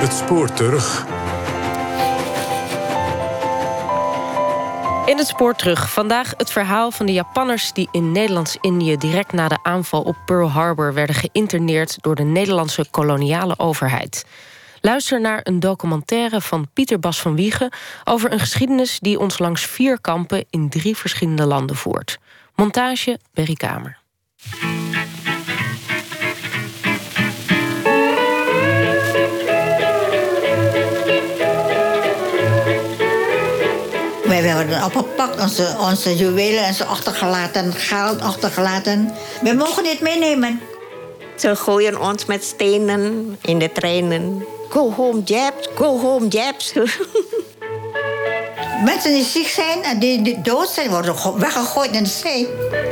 Het spoor terug. In het spoor terug. Vandaag het verhaal van de Japanners die in Nederlands-Indië direct na de aanval op Pearl Harbor werden geïnterneerd door de Nederlandse koloniale overheid. Luister naar een documentaire van Pieter Bas van Wiegen over een geschiedenis die ons langs 4 kampen in 3 verschillende landen voert. Montage Berry Kamer. Wij werden opgepakt, onze juwelen en ze achtergelaten, geld achtergelaten. We mogen dit meenemen. Ze gooien ons met stenen in de treinen. Go home, Japs, go home, Japs. Mensen die ziek zijn en die dood zijn, worden weggegooid in de zee.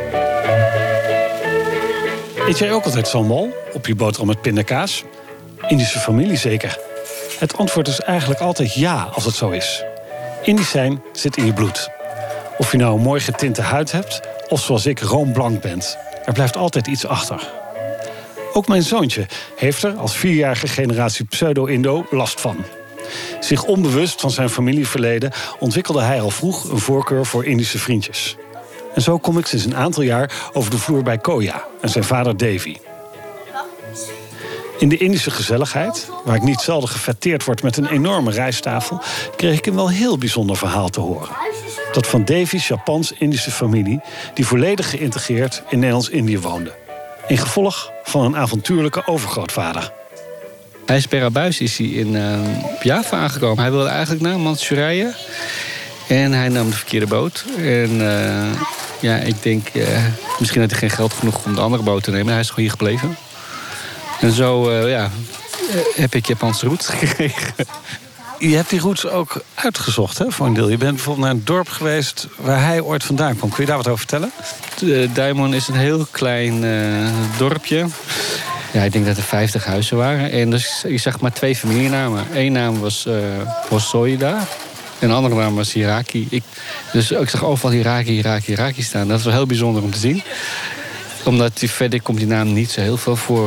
Eet jij ook altijd sambal op je boterham met pindakaas? Indische familie zeker? Het antwoord is eigenlijk altijd ja, als het zo is. Indisch zijn zit in je bloed. Of je nou een mooi getinte huid hebt, of zoals ik roomblank bent. Er blijft altijd iets achter. Ook mijn zoontje heeft er als 4-jarige generatie pseudo-Indo last van. Zich onbewust van zijn familieverleden ontwikkelde hij al vroeg een voorkeur voor Indische vriendjes. En zo kom ik sinds een aantal jaar over de vloer bij Koya en zijn vader Davy. In de Indische gezelligheid, waar ik niet zelden gefêteerd word met een enorme rijsttafel, kreeg ik een wel heel bijzonder verhaal te horen. Dat van Davy's Japans-Indische familie, die volledig geïntegreerd in Nederlands-Indië woonde. In gevolg van een avontuurlijke overgrootvader. Hij is per abuis in Java aangekomen. Hij wilde eigenlijk naar Manchurije. En hij nam de verkeerde boot. En ik denk, misschien had hij geen geld genoeg om de andere boot te nemen. Hij is gewoon hier gebleven. En zo heb ik Japanse roots gekregen. Je hebt die roots ook uitgezocht, hè, voor een deel. Je bent bijvoorbeeld naar een dorp geweest waar hij ooit vandaan kwam. Kun je daar wat over vertellen? Daimon is een heel klein dorpje. Ja, ik denk dat er 50 huizen waren. En dus, je zag maar 2 familienamen. Eén naam was Hosoida. En de andere naam was Hiraki. Dus ik zag overal Hiraki staan. Dat is wel heel bijzonder om te zien. Omdat verder komt die naam niet zo heel veel voor.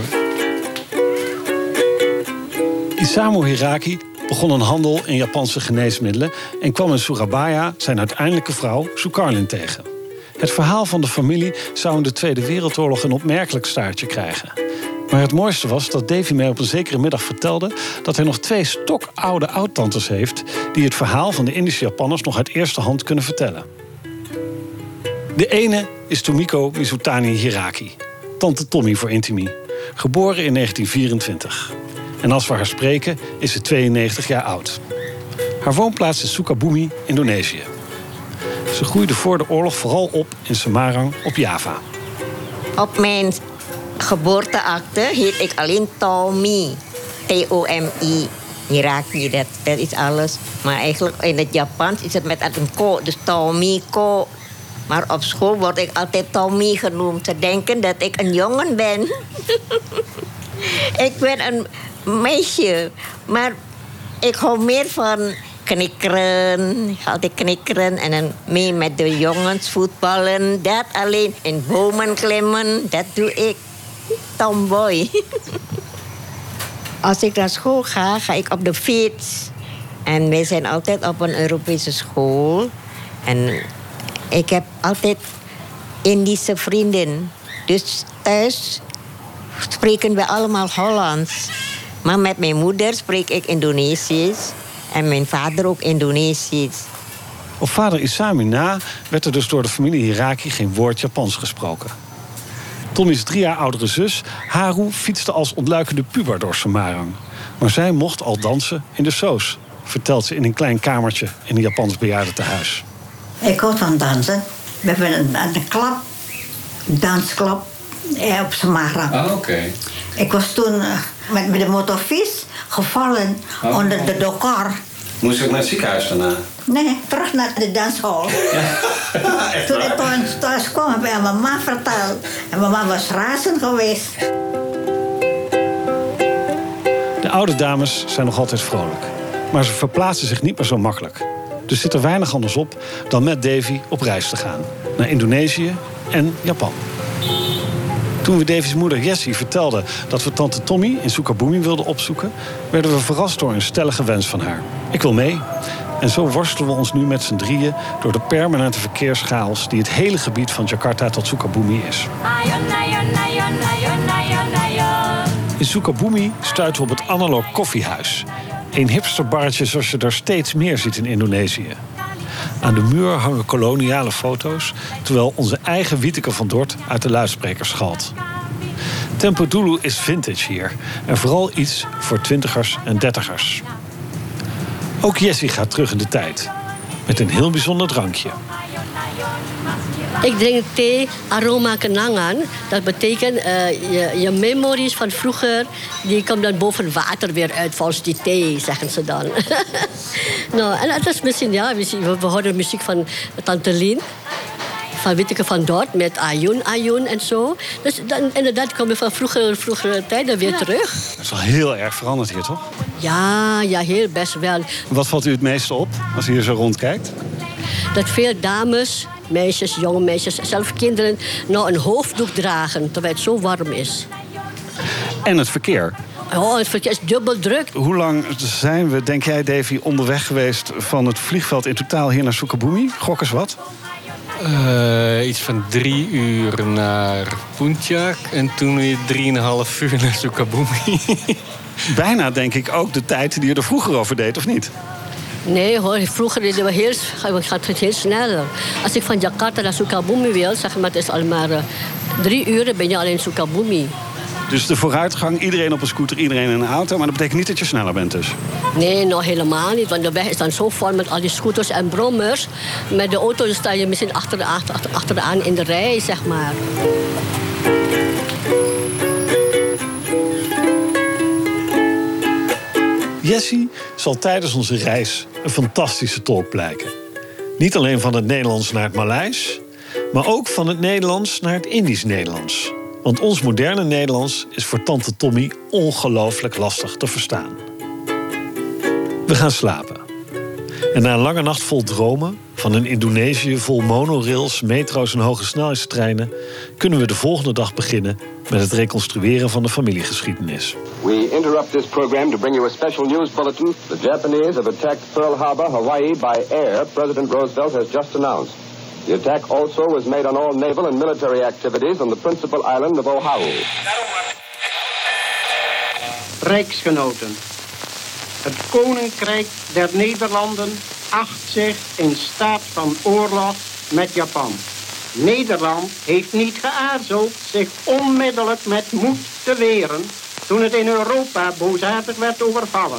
Isamu Hiraki begon een handel in Japanse geneesmiddelen en kwam in Surabaya zijn uiteindelijke vrouw Sukarlin tegen. Het verhaal van de familie zou in de Tweede Wereldoorlog een opmerkelijk staartje krijgen. Maar het mooiste was dat Davy mij op een zekere middag vertelde dat hij nog 2 stokoude oudtantes heeft die het verhaal van de Indische Japanners nog uit eerste hand kunnen vertellen. De ene is Tomiko Mizutani Hiraki, tante Tommy voor intimie, geboren in 1924. En als we haar spreken, is ze 92 jaar oud. Haar woonplaats is Sukabumi, Indonesië. Ze groeide voor de oorlog vooral op in Semarang op Java. Op mijn geboorteakte heet ik alleen Tommy. T-O-M-I. Hiraki, dat is alles. Maar eigenlijk in het Japans is het met een ko, dus Tomiko. Maar op school word ik altijd Tommy genoemd. Te denken dat ik een jongen ben. Ik ben een meisje, maar ik hou meer van knikkeren. Altijd knikkeren en dan mee met de jongens voetballen. Dat alleen. In bomen klimmen, dat doe ik. Tomboy. Als ik naar school ga, ga ik op de fiets. En wij zijn altijd op een Europese school. En ik heb altijd Indische vrienden. Dus thuis spreken we allemaal Hollands. Maar met mijn moeder spreek ik Indonesisch. En mijn vader ook Indonesisch. Op vader Isamu na werd er dus door de familie Hiraki geen woord Japans gesproken. Tommy's 3 jaar oudere zus, Haru, fietste als ontluikende puber door Semarang. Maar zij mocht al dansen in de soos, vertelt ze in een klein kamertje in een Japans bejaardentehuis. Ik hou van dansen. We hebben een club, een dansclub op Semarang. Ah, oké. Ik was toen met de motorfiets gevallen onder de dokar. Moest ik naar het ziekenhuis daarna? Nee, terug naar de danshal. Ja. Toen ik thuis kwam, heb ik aan mama verteld. En mama was razend geweest. De oude dames zijn nog altijd vrolijk. Maar ze verplaatsen zich niet meer zo makkelijk. Dus zit er weinig anders op dan met Davy op reis te gaan. Naar Indonesië en Japan. Toen we Davy's moeder Jessie vertelden dat we tante Tommy in Sukabumi wilden opzoeken, werden we verrast door een stellige wens van haar. Ik wil mee. En zo worstelen we ons nu met z'n drieën door de permanente verkeerschaos die het hele gebied van Jakarta tot Sukabumi is. In Sukabumi stuiten we op het Analog Koffiehuis. Een hipsterbarretje zoals je er steeds meer ziet in Indonesië. Aan de muur hangen koloniale foto's, terwijl onze eigen Wieteke van Dort uit de luidsprekers schalt. Tempo Dulu is vintage hier en vooral iets voor 20ers en 30ers. Ook Jessie gaat terug in de tijd, met een heel bijzonder drankje. Ik drink thee aroma kenangan. Dat betekent je memories van vroeger, die komen dan boven water weer uit volgens die thee, zeggen ze dan. Nou, en het is misschien, ja, we horen muziek van Tante Lien, van Wieteke van Dort met Ayun en zo. Dus dan, inderdaad komen we van vroegere tijden weer terug. Dat is wel heel erg veranderd hier, toch? Ja, heel best wel. Wat valt u het meeste op als u hier zo rondkijkt? Dat veel dames, meisjes, jonge meisjes, zelfs kinderen, nou een hoofddoek dragen terwijl het zo warm is. En het verkeer. Oh, het verkeer is dubbel druk. Hoe lang zijn we, denk jij, Davy, onderweg geweest van het vliegveld in totaal hier naar Sukabumi? Gok eens wat? Iets van 3 uur naar Puncak en toen weer 3,5 uur naar Sukabumi. Bijna, denk ik, ook de tijd die je er vroeger over deed, of niet? Nee hoor, vroeger deden we gaat het heel snel. Als ik van Jakarta naar Sukabumi wil, zeg maar, het is al maar 3 uur, ben je al in Sukabumi. Dus de vooruitgang, iedereen op een scooter, iedereen in een auto, maar dat betekent niet dat je sneller bent dus? Nee, nog helemaal niet, want de weg is dan zo vol met al die scooters en brommers. Met de auto sta je misschien achteraan in de rij, zeg maar. Jessie zal tijdens onze reis een fantastische tolk blijken. Niet alleen van het Nederlands naar het Maleis, maar ook van het Nederlands naar het Indisch-Nederlands. Want ons moderne Nederlands is voor tante Tommy ongelooflijk lastig te verstaan. We gaan slapen. En na een lange nacht vol dromen van een Indonesië vol monorails, metro's en hoge snelheidstreinen kunnen we de volgende dag beginnen met het reconstrueren van de familiegeschiedenis. We interrupt this program to bring you a special news bulletin. The Japanese have attacked Pearl Harbor, Hawaii by air, President Roosevelt has just announced. The attack also was made on all naval and military activities on the principal island of Oahu. Rijksgenoten. Het Koninkrijk der Nederlanden acht zich in staat van oorlog met Japan. Nederland heeft niet geaarzeld zich onmiddellijk met moed te weren toen het in Europa boosaardig werd overvallen.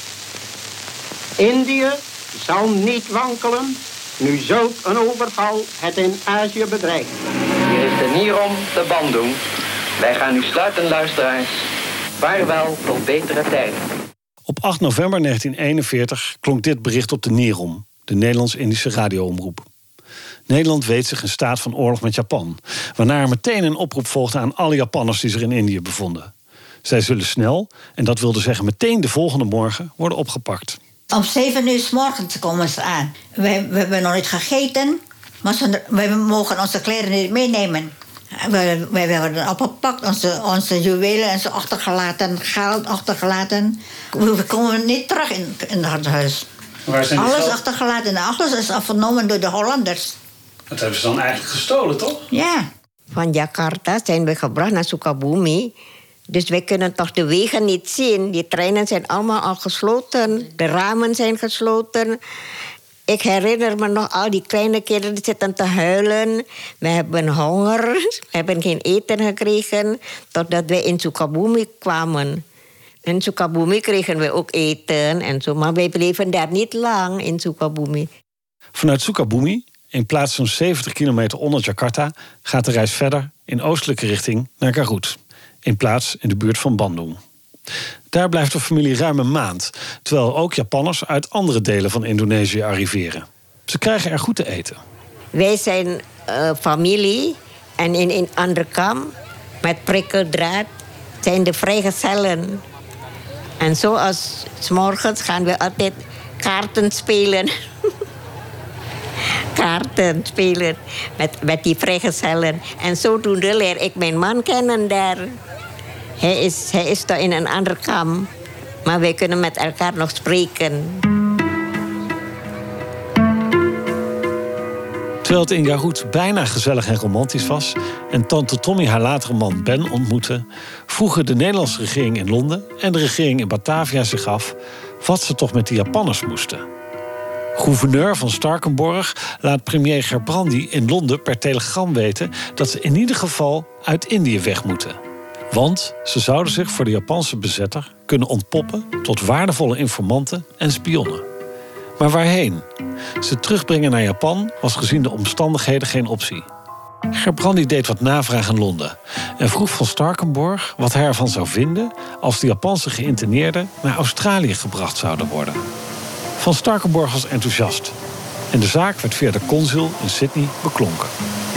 Indië zal niet wankelen nu zulk een overval het in Azië bedreigt. Hier is de Nirom te Bandung. Wij gaan u sluiten, luisteraars. Vaarwel tot betere tijden. Op 8 november 1941 klonk dit bericht op de Nirom, de Nederlands-Indische radioomroep. Nederland weet zich in staat van oorlog met Japan, waarna er meteen een oproep volgde aan alle Japanners die zich in Indië bevonden. Zij zullen snel, en dat wilde zeggen meteen de volgende morgen, worden opgepakt. Om 7 uur 's morgens komen ze aan. We hebben nog niet gegeten, maar we mogen onze kleren niet meenemen. We werden opgepakt, onze juwelen en zo achtergelaten, geld achtergelaten. We komen niet terug in het huis. Waar zijn alles achtergelaten en alles is afgenomen door de Hollanders. Dat hebben ze dan eigenlijk gestolen, toch? Ja. Van Jakarta zijn we gebracht naar Sukabumi. Dus wij kunnen toch de wegen niet zien. Die treinen zijn allemaal al gesloten. De ramen zijn gesloten. Ik herinner me nog al die kleine kinderen die zitten te huilen. We hebben honger. We hebben geen eten gekregen. Totdat wij in Sukabumi kwamen. In Sukabumi kregen we ook eten en zo. Maar wij bleven daar niet lang in Sukabumi. Vanuit Sukabumi, in plaats van 70 kilometer onder Jakarta, gaat de reis verder in oostelijke richting naar Garut. In plaats in de buurt van Bandung. Daar blijft de familie ruim een maand, terwijl ook Japanners uit andere delen van Indonesië arriveren. Ze krijgen er goed te eten. Wij zijn familie en in Anderkam met prikkeldraad zijn de vrijgezellen. En zoals 's morgens gaan we altijd kaarten spelen. kaarten spelen met die vrijgezellen. En zodoende leer ik mijn man kennen daar. Hij is toch in een ander kamp. Maar wij kunnen met elkaar nog spreken. Terwijl het in Garut bijna gezellig en romantisch was en tante Tommy haar latere man Ben ontmoette, vroegen de Nederlandse regering in Londen en de regering in Batavia zich af wat ze toch met de Japanners moesten. Gouverneur van Starkenborg laat premier Gerbrandy in Londen per telegram weten dat ze in ieder geval uit Indië weg moeten. Want ze zouden zich voor de Japanse bezetter kunnen ontpoppen tot waardevolle informanten en spionnen. Maar waarheen? Ze terugbrengen naar Japan was gezien de omstandigheden geen optie. Gerbrandy deed wat navraag in Londen en vroeg van Starkenborg wat hij ervan zou vinden als de Japanse geïnterneerden naar Australië gebracht zouden worden. Van Starkenborg was enthousiast en de zaak werd via de consul in Sydney beklonken.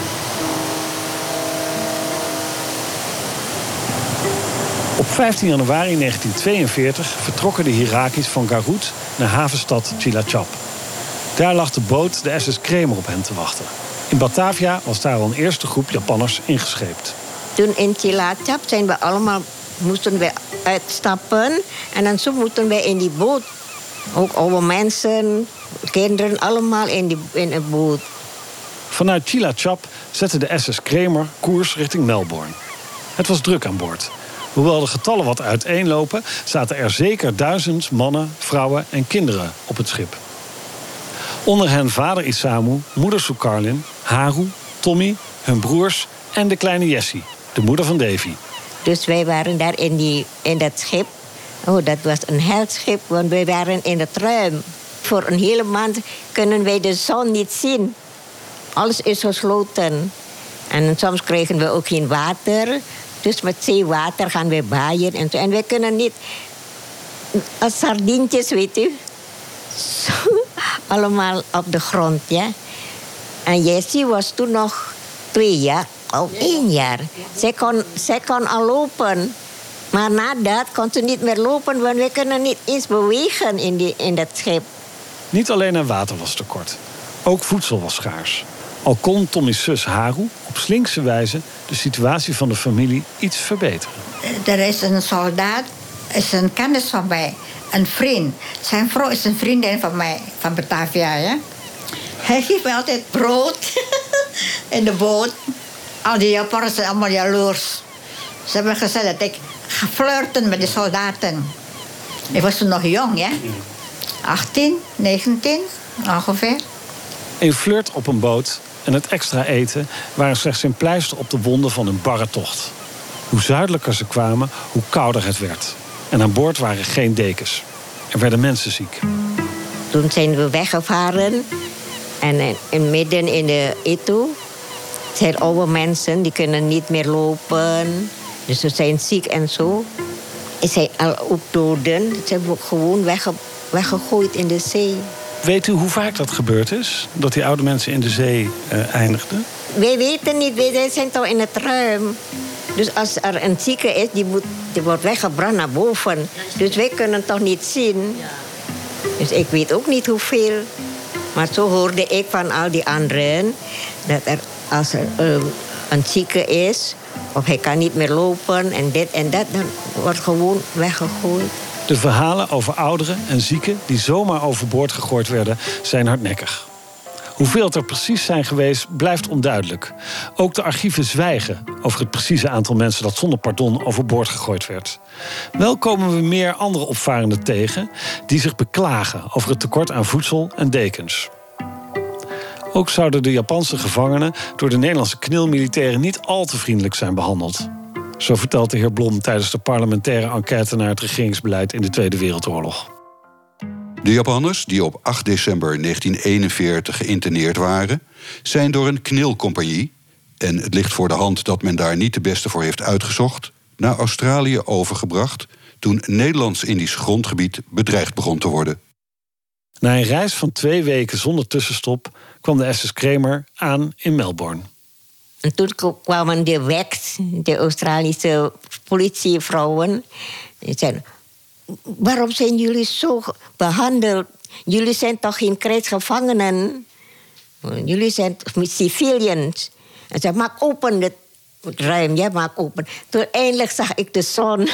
Op 15 januari 1942 vertrokken de Hirakis van Garut naar havenstad Cilacap. Daar lag de boot de SS Kremer op hen te wachten. In Batavia was daar al een eerste groep Japanners ingescheept. Toen in Cilacap moesten we uitstappen. En dan zo moeten we in die boot. Ook oude mensen, kinderen, allemaal in de boot. Vanuit Cilacap zette de SS Kremer koers richting Melbourne. Het was druk aan boord. Hoewel de getallen wat uiteenlopen, zaten er zeker 1000 mannen, vrouwen en kinderen op het schip. Onder hen vader Isamu, moeder Sukarlin, Haru, Tommy, hun broers en de kleine Jessie, de moeder van Davy. Dus wij waren daar in dat schip. Oh, dat was een heldschip, want wij waren in het ruim. Voor een hele maand kunnen wij de zon niet zien. Alles is gesloten. En soms kregen we ook geen water. Dus met zeewater gaan we baaien en zo. En wij kunnen niet als sardientjes, weet u. Zo, allemaal op de grond, ja. En Jessie was toen nog 2 jaar, of 1 jaar. Zij kon al lopen. Maar na dat kon ze niet meer lopen, want we kunnen niet eens bewegen in dat schip. Niet alleen aan water was tekort. Ook voedsel was schaars. Al kon Tommy's zus Haru op slinkse wijze de situatie van de familie iets verbeteren. Er is een soldaat, is een kennis van mij, een vriend. Zijn vrouw is een vriendin van mij, van Batavia. Ja? Hij geeft mij altijd brood in de boot. Al die Japanners zijn allemaal jaloers. Ze hebben gezegd dat ik ga flirten met de soldaten. Ik was toen nog jong, ja? 18, 19 ongeveer. Een flirt op een boot en het extra eten waren slechts een pleister op de wonden van een barre tocht. Hoe zuidelijker ze kwamen, hoe kouder het werd. En aan boord waren geen dekens. Er werden mensen ziek. Toen zijn we weggevaren. En midden in de Itu zijn oude mensen, die kunnen niet meer lopen. Dus ze zijn ziek en zo. Ze zijn al ook doden. Ze hebben gewoon weggegooid in de zee. Weet u hoe vaak dat gebeurd is? Dat die oude mensen in de zee eindigden? Wij weten niet, wij zijn toch in het ruim. Dus als er een zieke is, die wordt weggebracht naar boven. Dus wij kunnen toch niet zien. Dus ik weet ook niet hoeveel. Maar zo hoorde ik van al die anderen dat als er een zieke is, of hij kan niet meer lopen en dit en dat, dan wordt gewoon weggegooid. De verhalen over ouderen en zieken die zomaar overboord gegooid werden, zijn hardnekkig. Hoeveel het er precies zijn geweest, blijft onduidelijk. Ook de archieven zwijgen over het precieze aantal mensen dat zonder pardon overboord gegooid werd. Wel komen we meer andere opvarenden tegen die zich beklagen over het tekort aan voedsel en dekens. Ook zouden de Japanse gevangenen door de Nederlandse knilmilitairen niet al te vriendelijk zijn behandeld. Zo vertelt de heer Blom tijdens de parlementaire enquête naar het regeringsbeleid in de Tweede Wereldoorlog. De Japanners, die op 8 december 1941 geïnterneerd waren, zijn door een knilcompagnie, en het ligt voor de hand dat men daar niet de beste voor heeft uitgezocht, naar Australië overgebracht toen Nederlands-Indisch grondgebied bedreigd begon te worden. Na een reis van 2 weken zonder tussenstop kwam de SS Kremer aan in Melbourne. En toen kwamen de Australische politievrouwen. Die zeiden, waarom zijn jullie zo behandeld? Jullie zijn toch geen krijgsgevangenen? jullie zijn civilians. En zei, maak open het ruim, ja, maak open. Toen eindelijk zag ik de zon.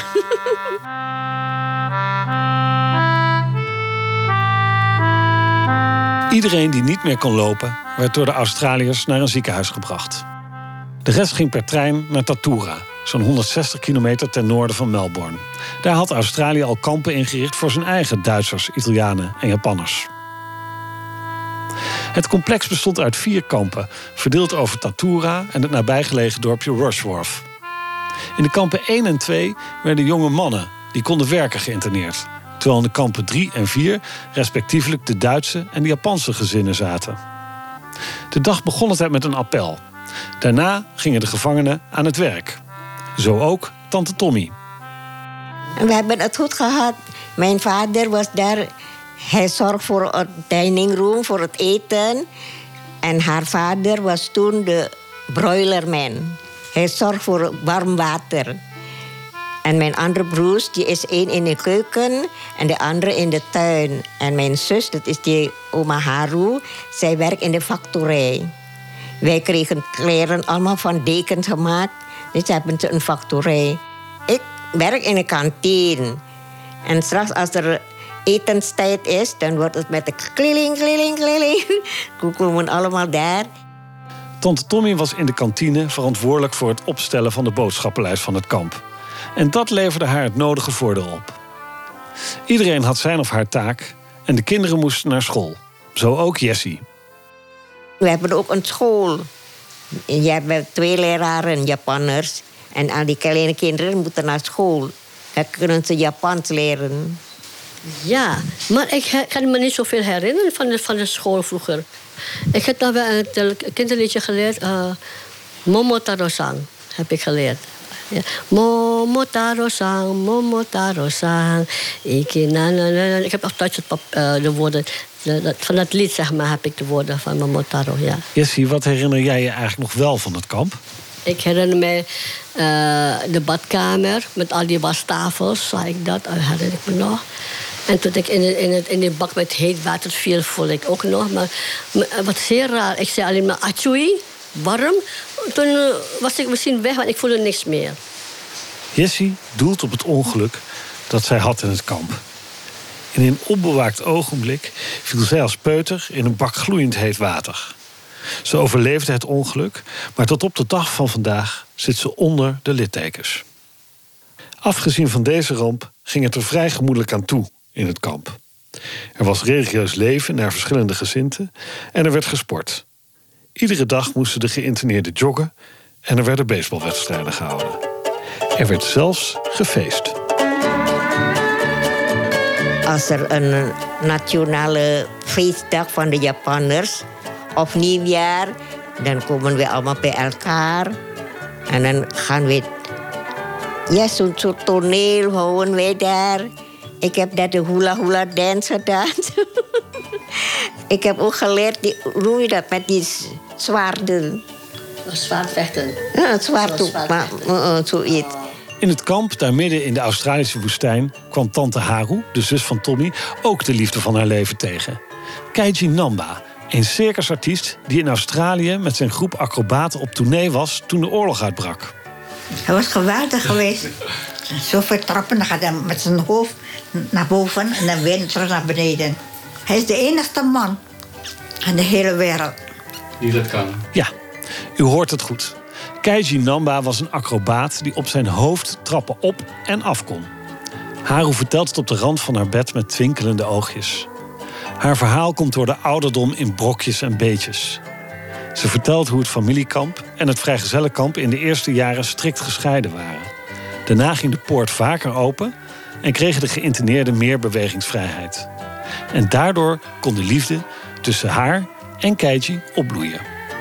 Iedereen die niet meer kon lopen, werd door de Australiërs naar een ziekenhuis gebracht. De rest ging per trein naar Tatura, zo'n 160 kilometer ten noorden van Melbourne. Daar had Australië al kampen ingericht voor zijn eigen Duitsers, Italianen en Japanners. Het complex bestond uit 4 kampen, verdeeld over Tatura en het nabijgelegen dorpje Rushworth. In de kampen 1 en 2 werden jonge mannen die konden werken geïnterneerd, terwijl in de kampen 3 en 4 respectievelijk de Duitse en de Japanse gezinnen zaten. De dag begon altijd met een appel. Daarna gingen de gevangenen aan het werk. Zo ook tante Tommy. We hebben het goed gehad. Mijn vader was daar. Hij zorgde voor het dining room, voor het eten. En haar vader was toen de broilerman. Hij zorgde voor warm water. En mijn andere broers, die is 1 in de keuken en de andere in de tuin. En mijn zus, dat is die oma Haru, zij werkt in de factorij. Wij kregen kleren allemaal van dekens gemaakt. Dus hebben ze een factorij. Ik werk in de kantine. En straks als er etenstijd is, dan wordt het met de klingeling, klingeling, klingeling. We komen allemaal daar. Tante Tommy was in de kantine verantwoordelijk voor het opstellen van de boodschappenlijst van het kamp. En dat leverde haar het nodige voordeel op. Iedereen had zijn of haar taak en de kinderen moesten naar school. Zo ook Jessie. We hebben ook een school. Je hebt 2 leraren, Japanners. En al die kleine kinderen moeten naar school. Dan kunnen ze Japans leren. Ja, maar ik kan me niet zoveel herinneren van de school vroeger. Ik heb nog wel een kinderliedje geleerd. Momotaro-san heb ik geleerd. Ja. Momotaro-san, Momotaro-san. Ik heb ook Duits de woorden. Van dat lied, zeg maar, heb ik de woorden van Momotaro, ja. Jessie, wat herinner jij je eigenlijk nog wel van het kamp? Ik herinner me de badkamer met al die wastafels, zag ik dat, herinner ik me nog. En toen ik in de bak met heet water viel, voelde ik ook nog. Maar wat zeer raar, ik zei alleen maar achui, warm. Toen was ik misschien weg, want ik voelde niks meer. Jessie doelt op het ongeluk dat zij had in het kamp. In een onbewaakt ogenblik viel zij als peuter in een bak gloeiend heet water. Ze overleefde het ongeluk, maar tot op de dag van vandaag zit ze onder de littekens. Afgezien van deze ramp ging het er vrij gemoedelijk aan toe in het kamp. Er was religieus leven naar verschillende gezindten en er werd gesport. Iedere dag moesten de geïnterneerden joggen en er werden baseballwedstrijden gehouden. Er werd zelfs gefeest. Als er een nationale feestdag van de Japanners of nieuwjaar, dan komen we allemaal bij elkaar. En dan gaan we, ja, zo'n soort toneel houden wij daar. Ik heb daar de hula dance gedaan. Ik heb ook geleerd, hoe noem je dat, met die zwaarden. Zwaardvechten. Ja, het zwaard, maar zoiets. In het kamp, daar midden in de Australische woestijn, kwam tante Haru, de zus van Tommy, ook de liefde van haar leven tegen. Keiji Namba, een circusartiest die in Australië met zijn groep acrobaten op tournee was toen de oorlog uitbrak. Hij was geweldig geweest. Zoveel trappen, dan gaat hij met zijn hoofd naar boven en dan weer terug naar beneden. Hij is de enige man in de hele wereld die dat kan. Ja, u hoort het goed. Keiji Namba was een acrobaat die op zijn hoofd trappen op en af kon. Haru vertelt het op de rand van haar bed met twinkelende oogjes. Haar verhaal komt door de ouderdom in brokjes en beetjes. Ze vertelt hoe het familiekamp en het vrijgezellenkamp in de eerste jaren strikt gescheiden waren. Daarna ging de poort vaker open en kregen de geïnterneerden meer bewegingsvrijheid. En daardoor kon de liefde tussen haar en Keiji opbloeien.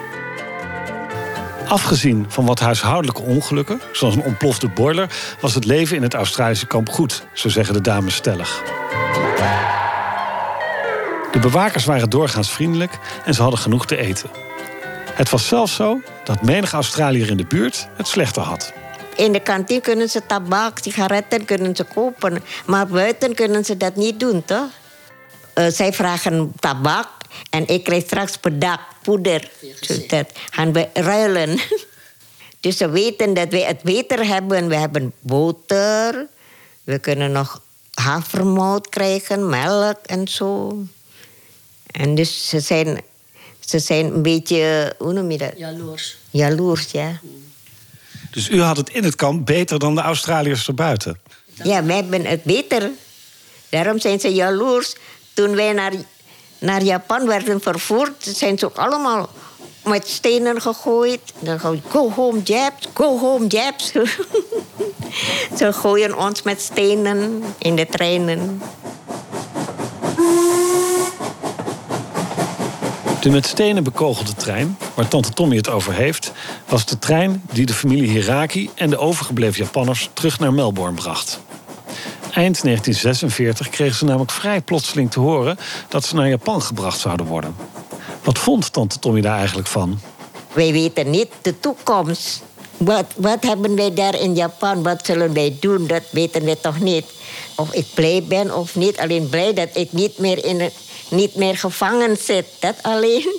Afgezien van wat huishoudelijke ongelukken, zoals een ontplofte boiler, was het leven in het Australische kamp goed, zo zeggen de dames stellig. De bewakers waren doorgaans vriendelijk en ze hadden genoeg te eten. Het was zelfs zo dat menig Australiër in de buurt het slechter had. In de kantine kunnen ze tabak, sigaretten kunnen ze kopen, maar buiten kunnen ze dat niet doen, toch? Zij vragen tabak en ik krijg straks bedak. poeder. Dat gaan we ruilen. Dus ze weten dat wij het beter hebben. We hebben boter. We kunnen nog havermout krijgen, melk en zo. En dus ze zijn een beetje, hoe noem je dat? Jaloers. Jaloers, ja. Dus u had het in het kamp beter dan de Australiërs erbuiten? Ja, wij hebben het beter. Daarom zijn ze jaloers. Toen wij naar Japan werden vervoerd, zijn ze ook allemaal met stenen gegooid. Dan gaan we, go home Japs, go home Japs. Ze gooien ons met stenen in de treinen. De met stenen bekogelde trein, waar tante Tommy het over heeft, was de trein die de familie Hiraki en de overgebleven Japanners terug naar Melbourne bracht. Eind 1946 kregen ze namelijk vrij plotseling te horen dat ze naar Japan gebracht zouden worden. Wat vond tante Tommy daar eigenlijk van? Wij weten niet de toekomst. Wat hebben wij daar in Japan? Wat zullen wij doen? Dat weten we toch niet. Of ik blij ben of niet. Alleen blij dat ik niet meer gevangen zit. Dat alleen.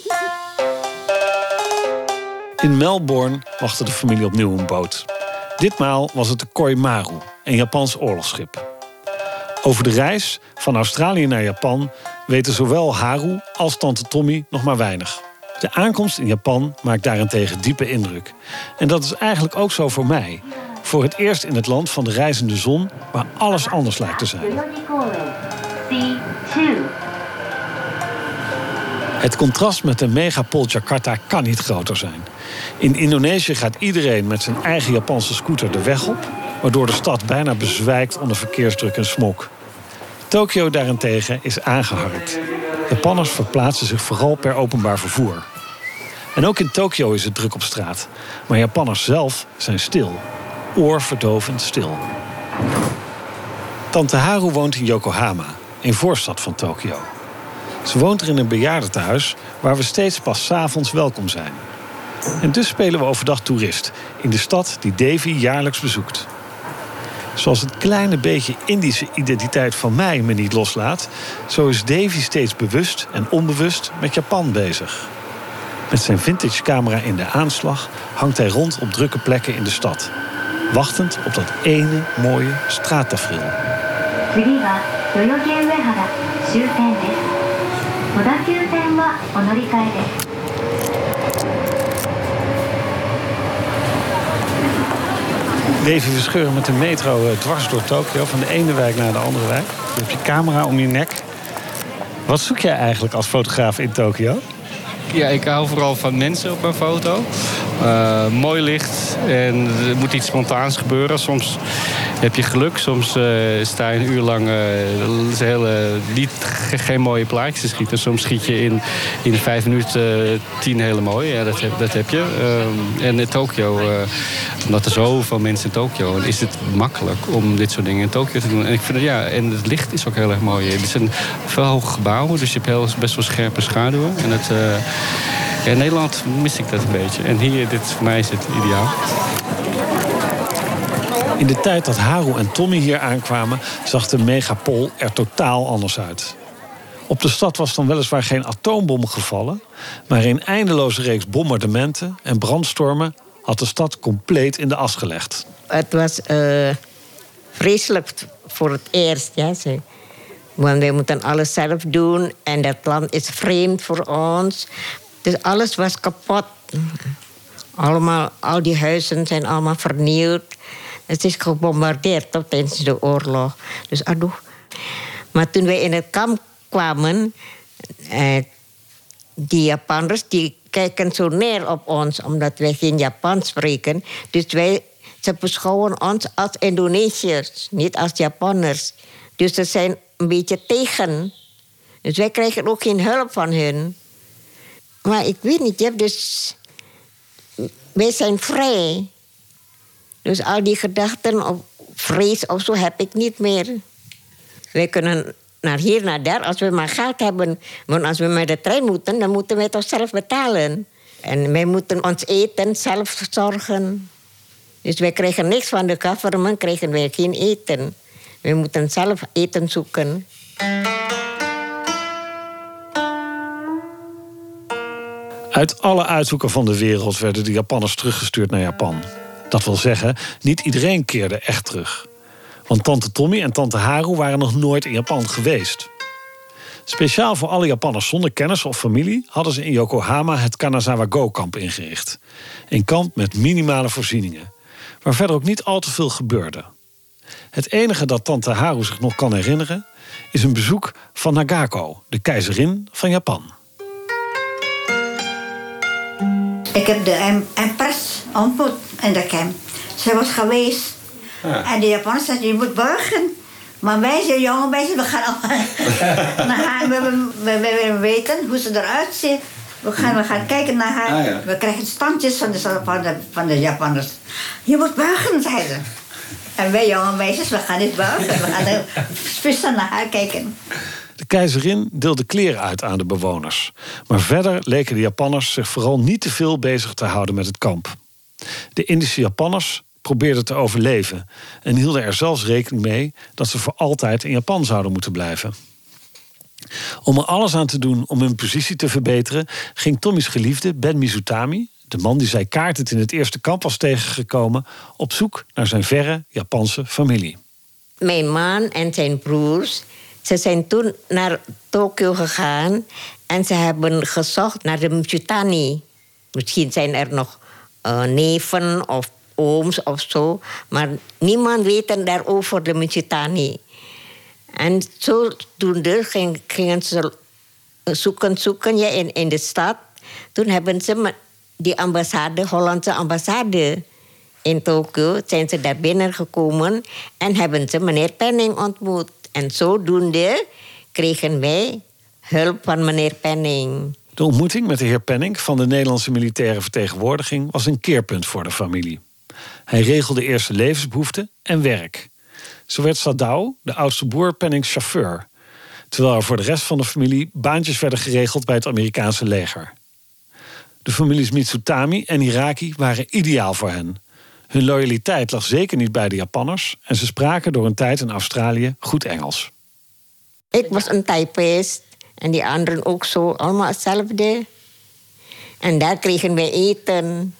In Melbourne wachtte de familie opnieuw een boot. Ditmaal was het de Koimaru, een Japans oorlogsschip. Over de reis van Australië naar Japan weten zowel Haru als tante Tommy nog maar weinig. De aankomst in Japan maakt daarentegen diepe indruk. En dat is eigenlijk ook zo voor mij. Voor het eerst in het land van de reizende zon, waar alles anders lijkt te zijn. Het contrast met de megapool Jakarta kan niet groter zijn. In Indonesië gaat iedereen met zijn eigen Japanse scooter de weg op, waardoor de stad bijna bezwijkt onder verkeersdruk en smog. Tokio daarentegen is aangeharkt. Japanners verplaatsen zich vooral per openbaar vervoer. En ook in Tokio is het druk op straat. Maar Japanners zelf zijn stil. Oorverdovend stil. Tante Haru woont in Yokohama, een voorstad van Tokio. Ze woont er in een bejaardentehuis waar we steeds pas 's avonds welkom zijn. En dus spelen we overdag toerist in de stad die Davy jaarlijks bezoekt. Zoals het kleine beetje Indische identiteit van mij me niet loslaat, zo is Davy steeds bewust en onbewust met Japan bezig. Met zijn vintage camera in de aanslag hangt hij rond op drukke plekken in de stad, wachtend op dat ene mooie straattafereel. Even verscheuren met de metro dwars door Tokio, van de ene wijk naar de andere wijk. Je hebt je camera om je nek. Wat zoek jij eigenlijk als fotograaf in Tokio? Ja, ik hou vooral van mensen op mijn foto. Mooi licht en er moet iets spontaans gebeuren. Soms heb je geluk, soms sta je een uur lang geen mooie plaatjes te schieten. Soms schiet je in 5 minuten 10 hele mooie. Ja, dat heb je. En in Tokio, omdat er zoveel mensen in Tokio is het makkelijk om dit soort dingen in Tokio te doen. En ik vind het, ja, en het licht is ook heel erg mooi. Het zijn veel hoge gebouwen, dus je hebt best wel scherpe schaduwen. En in Nederland mis ik dat een beetje. En hier, voor mij is het ideaal. In de tijd dat Haru en Tommy hier aankwamen, zag de megapool er totaal anders uit. Op de stad was dan weliswaar geen atoombom gevallen, maar een eindeloze reeks bombardementen en brandstormen had de stad compleet in de as gelegd. Het was vreselijk voor het eerst, ja. Want wij moeten alles zelf doen en dat land is vreemd voor ons. Dus alles was kapot. Al die huizen zijn allemaal vernield. Het is gebombardeerd tijdens de oorlog. Dus aduh. Maar toen wij in het kamp kwamen, die Japanners die kijken zo neer op ons, omdat wij geen Japans spreken. Dus ze beschouwen ons als Indonesiërs, niet als Japanners. Dus ze zijn een beetje tegen. Dus wij krijgen ook geen hulp van hun. Maar ik weet niet, dus wij zijn vrij. Dus al die gedachten of vrees of zo heb ik niet meer. Wij kunnen naar hier, naar daar, als we maar geld hebben. Want als we met de trein moeten, dan moeten wij toch zelf betalen. En wij moeten ons eten zelf zorgen. Dus wij krijgen niks van de government, krijgen wij geen eten. We moeten zelf eten zoeken. Uit alle uithoeken van de wereld werden de Japanners teruggestuurd naar Japan. Dat wil zeggen, niet iedereen keerde echt terug. Want tante Tommy en tante Haru waren nog nooit in Japan geweest. Speciaal voor alle Japanners zonder kennis of familie hadden ze in Yokohama het Kanazawa-go-kamp ingericht. Een kamp met minimale voorzieningen, waar verder ook niet al te veel gebeurde. Het enige dat tante Haru zich nog kan herinneren is een bezoek van Nagako, de keizerin van Japan. Ik heb de empress ontmoet in de camp. Ze was geweest. Ja. En de Japanners zeiden, je moet buigen. Maar wij zijn jonge meisjes, we gaan allemaal naar haar. We willen weten hoe ze eruit ziet. We gaan kijken naar haar. Ah, ja. We krijgen standjes van de Japanners. Je moet buigen, zei ze. En wij jonge meisjes, we gaan niet buigen. We gaan speciaal naar haar kijken. De keizerin deelde kleren uit aan de bewoners. Maar verder leken de Japanners zich vooral niet te veel bezig te houden met het kamp. De Indische Japanners probeerden te overleven en hielden er zelfs rekening mee dat ze voor altijd in Japan zouden moeten blijven. Om er alles aan te doen om hun positie te verbeteren, ging Tommy's geliefde Ben Mizutami, de man die zij kaartend in het eerste kamp was tegengekomen, op zoek naar zijn verre Japanse familie. Mijn man en zijn broers, ze zijn toen naar Tokio gegaan en ze hebben gezocht naar de Mizutani. Misschien zijn er nog neven of ooms of zo, maar niemand weet daarover de Mizutani. En zodoende gingen ze zoeken in de stad. Toen hebben ze die ambassade, Hollandse ambassade in Tokio, zijn ze daar binnengekomen en hebben ze meneer Penning ontmoet. En zodoende kregen wij hulp van meneer Penning. De ontmoeting met de heer Penning van de Nederlandse militaire vertegenwoordiging was een keerpunt voor de familie. Hij regelde eerst de levensbehoeften en werk. Zo werd Sadao, de oudste broer, Pennings chauffeur, terwijl er voor de rest van de familie baantjes werden geregeld bij het Amerikaanse leger. De families Mitsutami en Hiraki waren ideaal voor hen. Hun loyaliteit lag zeker niet bij de Japanners en ze spraken door een tijd in Australië goed Engels. Ik was een typist en die anderen ook zo, allemaal hetzelfde. En daar kregen wij eten.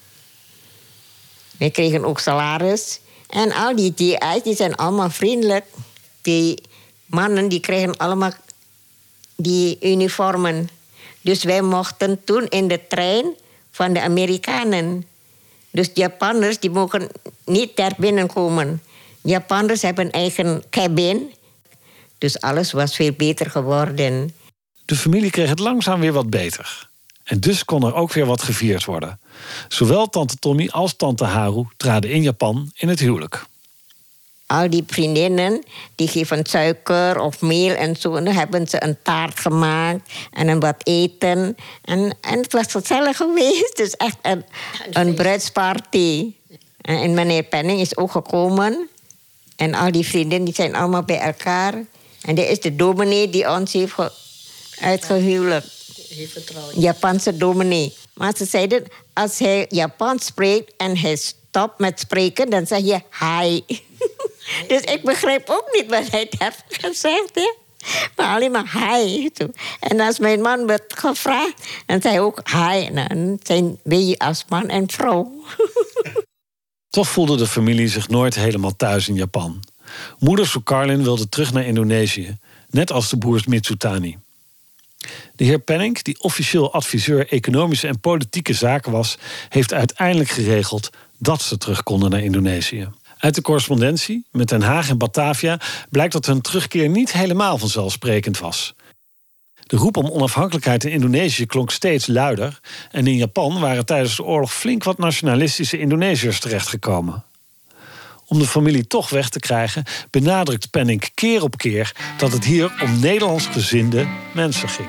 Wij kregen ook salaris. En al die GI's die zijn allemaal vriendelijk. Die mannen die kregen allemaal die uniformen. Dus wij mochten toen in de trein van de Amerikanen. Dus Japanners die mogen niet daar binnenkomen. Japanners hebben een eigen cabin. Dus alles was veel beter geworden. De familie kreeg het langzaam weer wat beter. En dus kon er ook weer wat gevierd worden. Zowel tante Tommy als tante Haru traden in Japan in het huwelijk. Al die vriendinnen die geven suiker of meel en zo. En dan hebben ze een taart gemaakt en een wat eten. En het was gezellig geweest. Dus echt een bruidsparty. En meneer Penning is ook gekomen. En al die vriendinnen die zijn allemaal bij elkaar. En dit is de dominee die ons heeft uitgehuwelijk. Japanse dominee. Maar ze zeiden, als hij Japans spreekt en hij stopt met spreken, dan zeg je hi. Dus ik begreep ook niet wat hij heeft gezegd. Hè? Maar alleen maar hi. En als mijn man werd gevraagd, dan zei hij ook hi. En dan zijn we als man en vrouw. Toch voelde de familie zich nooit helemaal thuis in Japan. Moeder Sukarlin wilde terug naar Indonesië, net als de broers Mitsutani. De heer Penning, die officieel adviseur economische en politieke zaken was, heeft uiteindelijk geregeld dat ze terug konden naar Indonesië. Uit de correspondentie met Den Haag en Batavia blijkt dat hun terugkeer niet helemaal vanzelfsprekend was. De roep om onafhankelijkheid in Indonesië klonk steeds luider en in Japan waren tijdens de oorlog flink wat nationalistische Indonesiërs terechtgekomen. Om de familie toch weg te krijgen, benadrukt Penning keer op keer dat het hier om Nederlands gezinde mensen ging.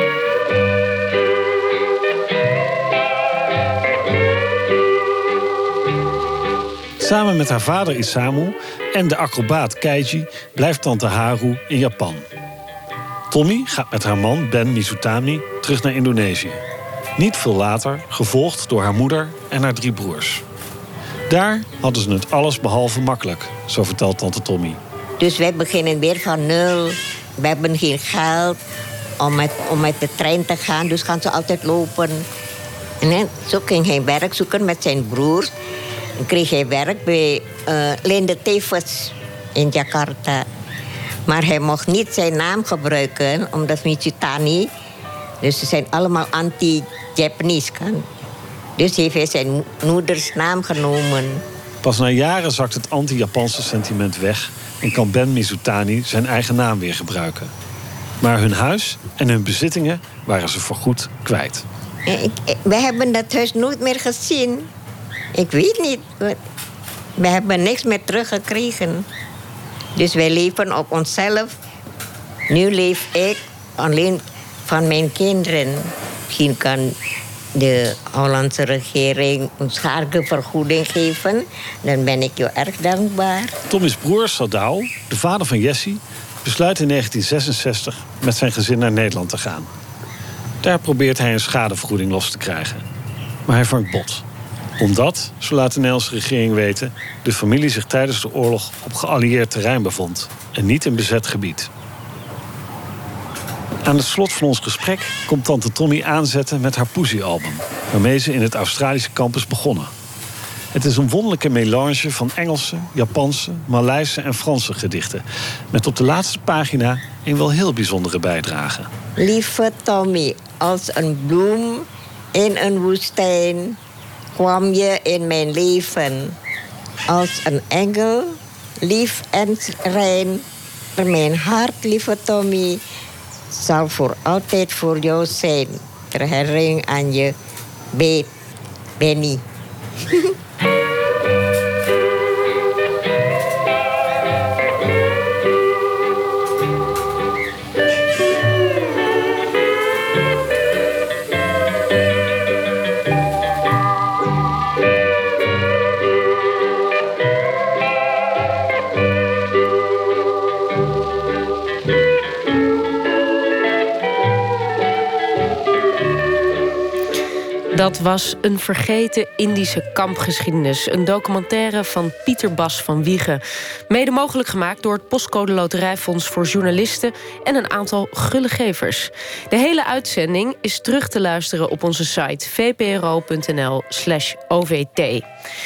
Samen met haar vader Isamu en de acrobaat Keiji blijft tante Haru in Japan. Tommy gaat met haar man Ben Mizutami terug naar Indonesië. Niet veel later, gevolgd door haar moeder en haar 3 broers. Daar hadden ze het alles behalve makkelijk, zo vertelt tante Tommy. Dus wij beginnen weer van nul. We hebben geen geld om met de trein te gaan, dus gaan ze altijd lopen. En zo ging hij werk zoeken met zijn broers. En kreeg hij werk bij Linde Tevens in Jakarta. Maar hij mocht niet zijn naam gebruiken, omdat Michitani. Dus ze zijn allemaal anti-Japanese. Dus heeft hij zijn moeders naam genomen. Pas na jaren zakt het anti-Japanse sentiment weg en kan Ben Mizutani zijn eigen naam weer gebruiken. Maar hun huis en hun bezittingen waren ze voorgoed kwijt. We hebben dat huis nooit meer gezien. Ik weet niet. We hebben niks meer teruggekregen. Dus wij leven op onszelf. Nu leef ik alleen van mijn kinderen. Misschien kan de Hollandse regering een schadevergoeding geven. Dan ben ik je erg dankbaar. Tommy's broer Sadao, de vader van Jessie, besluit in 1966 met zijn gezin naar Nederland te gaan. Daar probeert hij een schadevergoeding los te krijgen. Maar hij vangt bot. Omdat, zo laat de Nederlandse regering weten, de familie zich tijdens de oorlog op geallieerd terrein bevond en niet in bezet gebied. Aan het slot van ons gesprek komt tante Tommy aanzetten met haar poesiealbum, waarmee ze in het Australische campus begonnen. Het is een wonderlijke melange van Engelse, Japanse, Maleise en Franse gedichten, met op de laatste pagina een wel heel bijzondere bijdrage. Lieve Tommy, als een bloem in een woestijn kwam je in mijn leven. Als een engel, lief en rein. Mijn hart, lieve Tommy, zal voor altijd voor jou zijn. Ter herinnering aan je Benny. Dat was Een vergeten Indische kampgeschiedenis. Een documentaire van Pieter Bas van Wiegen. Mede mogelijk gemaakt door het Postcode Loterijfonds voor journalisten en een aantal gulle gevers. De hele uitzending is terug te luisteren op onze site vpro.nl/OVT.